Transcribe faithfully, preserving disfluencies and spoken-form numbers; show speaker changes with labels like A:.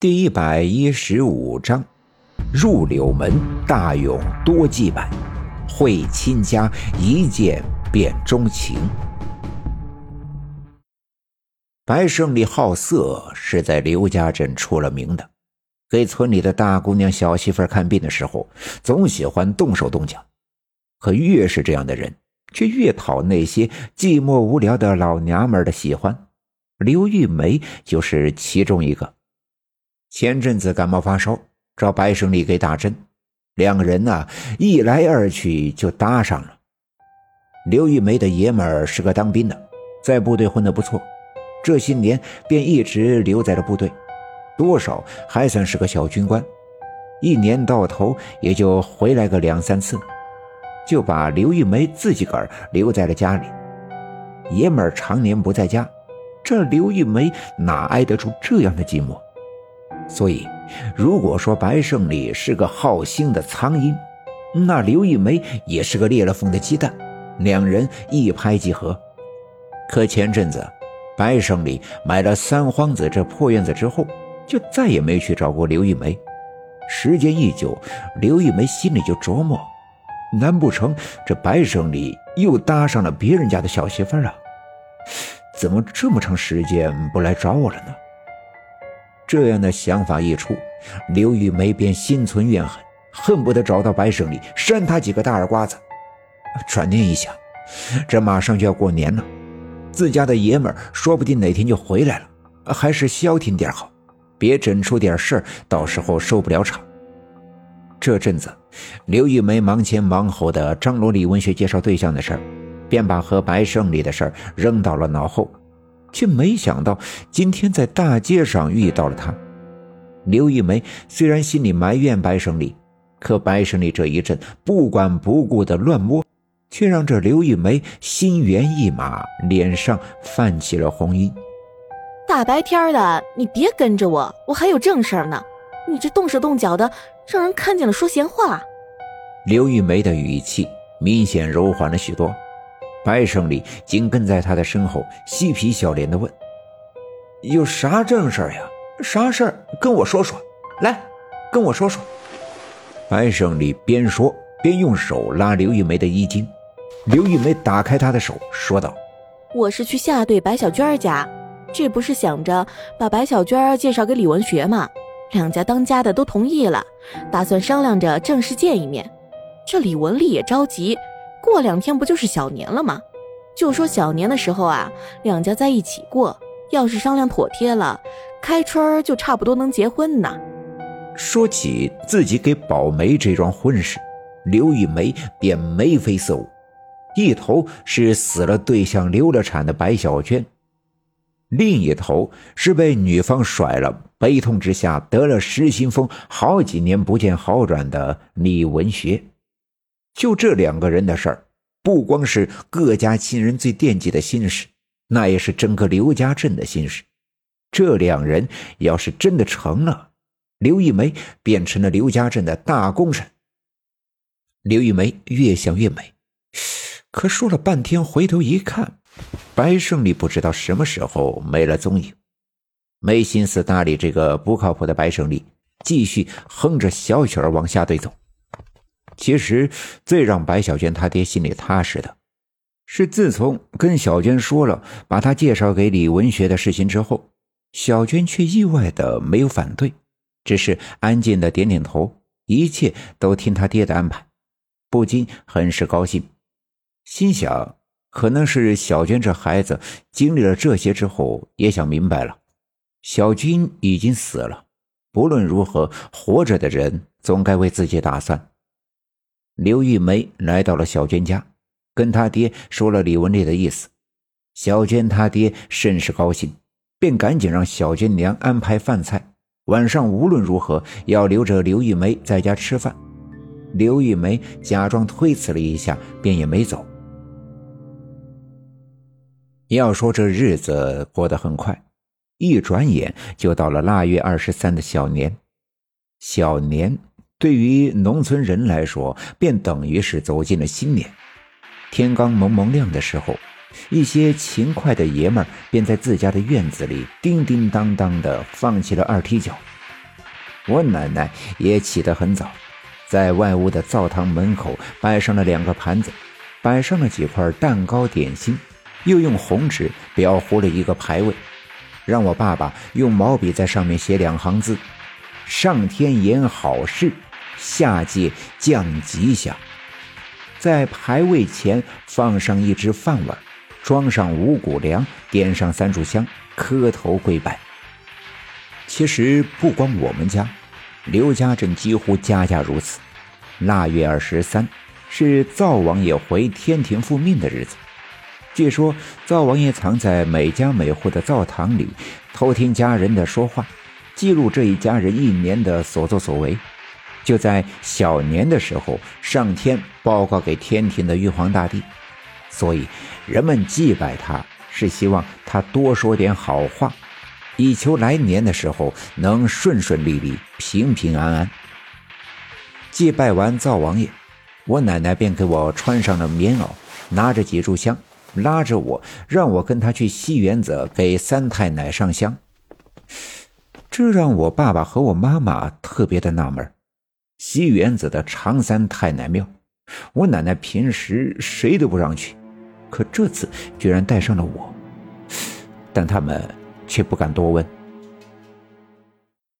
A: 第一百一十五章，入柳门大勇多忌败，会亲家一见便钟情。白胜利好色是在刘家镇出了名的，给村里的大姑娘小媳妇看病的时候，总喜欢动手动脚。可越是这样的人，却越讨那些寂寞无聊的老娘们的喜欢。刘玉梅就是其中一个。前阵子感冒发烧，找白胜利给打针，两个人啊一来二去就搭上了。刘玉梅的爷们儿是个当兵的，在部队混得不错，这些年便一直留在了部队，多少还算是个小军官，一年到头也就回来个两三次，就把刘玉梅自己个儿留在了家里。爷们儿常年不在家，这刘玉梅哪挨得住这样的寂寞？所以如果说白胜利是个好心的苍蝇，那刘玉梅也是个裂了缝的鸡蛋，两人一拍即合。可前阵子白胜利买了三皇子这破院子之后，就再也没去找过刘玉梅。时间一久，刘玉梅心里就琢磨，难不成这白胜利又搭上了别人家的小媳妇啊？怎么这么长时间不来找我了呢？这样的想法一出，刘玉梅便心存怨恨，恨不得找到白胜利扇他几个大耳刮子。转念一想，这马上就要过年了，自家的爷们儿说不定哪天就回来了，还是消停点好，别整出点事儿，到时候收不了场。这阵子刘玉梅忙前忙后的张罗李文学介绍对象的事儿，便把和白胜利的事儿扔到了脑后，却没想到今天在大街上遇到了他。刘玉梅虽然心里埋怨白胜利，可白胜利这一阵不管不顾的乱摸，却让这刘玉梅心猿意马，脸上泛起了红晕。
B: 大白天的你别跟着我，我还有正事呢，你这动手动脚的让人看见了说闲话。
A: 刘玉梅的语气明显柔缓了许多。白胜利紧跟在他的身后，嬉皮笑脸地问：有啥正事呀？啥事儿跟我说说，来跟我说说。白胜利边说边用手拉刘玉梅的衣襟。刘玉梅打开他的手说道：
B: 我是去下队白小娟家，这不是想着把白小娟介绍给李文学吗？两家当家的都同意了，打算商量着正式见一面。这李文丽也着急，过两天不就是小年了吗？就说小年的时候啊，两家在一起过，要是商量妥帖了，开春就差不多能结婚呢。
A: 说起自己给保媒这桩婚事，刘玉梅便眉飞色舞，一头是死了对象流了产的白小娟，另一头是被女方甩了，悲痛之下得了失心疯，好几年不见好转的李文学。就这两个人的事儿，不光是各家亲人最惦记的心事，那也是整个刘家镇的心事。这两人要是真的成了，刘玉梅变成了刘家镇的大功臣。刘玉梅越想越美，可说了半天，回头一看，白胜利不知道什么时候没了踪影，没心思搭理这个不靠谱的白胜利，继续哼着小曲儿往下队走。其实最让白小娟她爹心里踏实的是，自从跟小娟说了把她介绍给李文学的事情之后，小娟却意外的没有反对，只是安静的点点头，一切都听她爹的安排，不禁很是高兴，心想可能是小娟这孩子经历了这些之后也想明白了，小军已经死了，不论如何，活着的人总该为自己打算。刘玉梅来到了小娟家，跟他爹说了李文丽的意思。小娟他爹甚是高兴，便赶紧让小娟娘安排饭菜，晚上无论如何要留着刘玉梅在家吃饭。刘玉梅假装推辞了一下，便也没走。要说这日子过得很快，一转眼就到了腊月二十三的小年。小年对于农村人来说，便等于是走进了新年。天刚蒙蒙亮的时候，一些勤快的爷们儿便在自家的院子里叮叮当当的放起了二踢脚， 我奶奶也起得很早，在外屋的灶堂门口摆上了两个盘子，摆上了几块蛋糕点心，又用红纸裱糊了一个牌位，让我爸爸用毛笔在上面写两行字：上天言好事，下界降吉祥。在牌位前放上一只饭碗，装上五谷粮，点上三炷香，磕头跪拜。其实不光我们家，刘家镇几乎家家如此。腊月二十三是灶王爷回天庭复命的日子，据说灶王爷藏在每家每户的灶堂里，偷听家人的说话，记录这一家人一年的所作所为，就在小年的时候上天报告给天庭的玉皇大帝。所以人们祭拜他，是希望他多说点好话，以求来年的时候能顺顺利利，平平安安。祭拜完灶王爷，我奶奶便给我穿上了棉袄，拿着几炷香，拉着我让我跟他去西园子给三太奶上香。这让我爸爸和我妈妈特别的纳闷。西园子的常三太奶庙，我奶奶平时谁都不让去，可这次居然带上了我，但他们却不敢多问。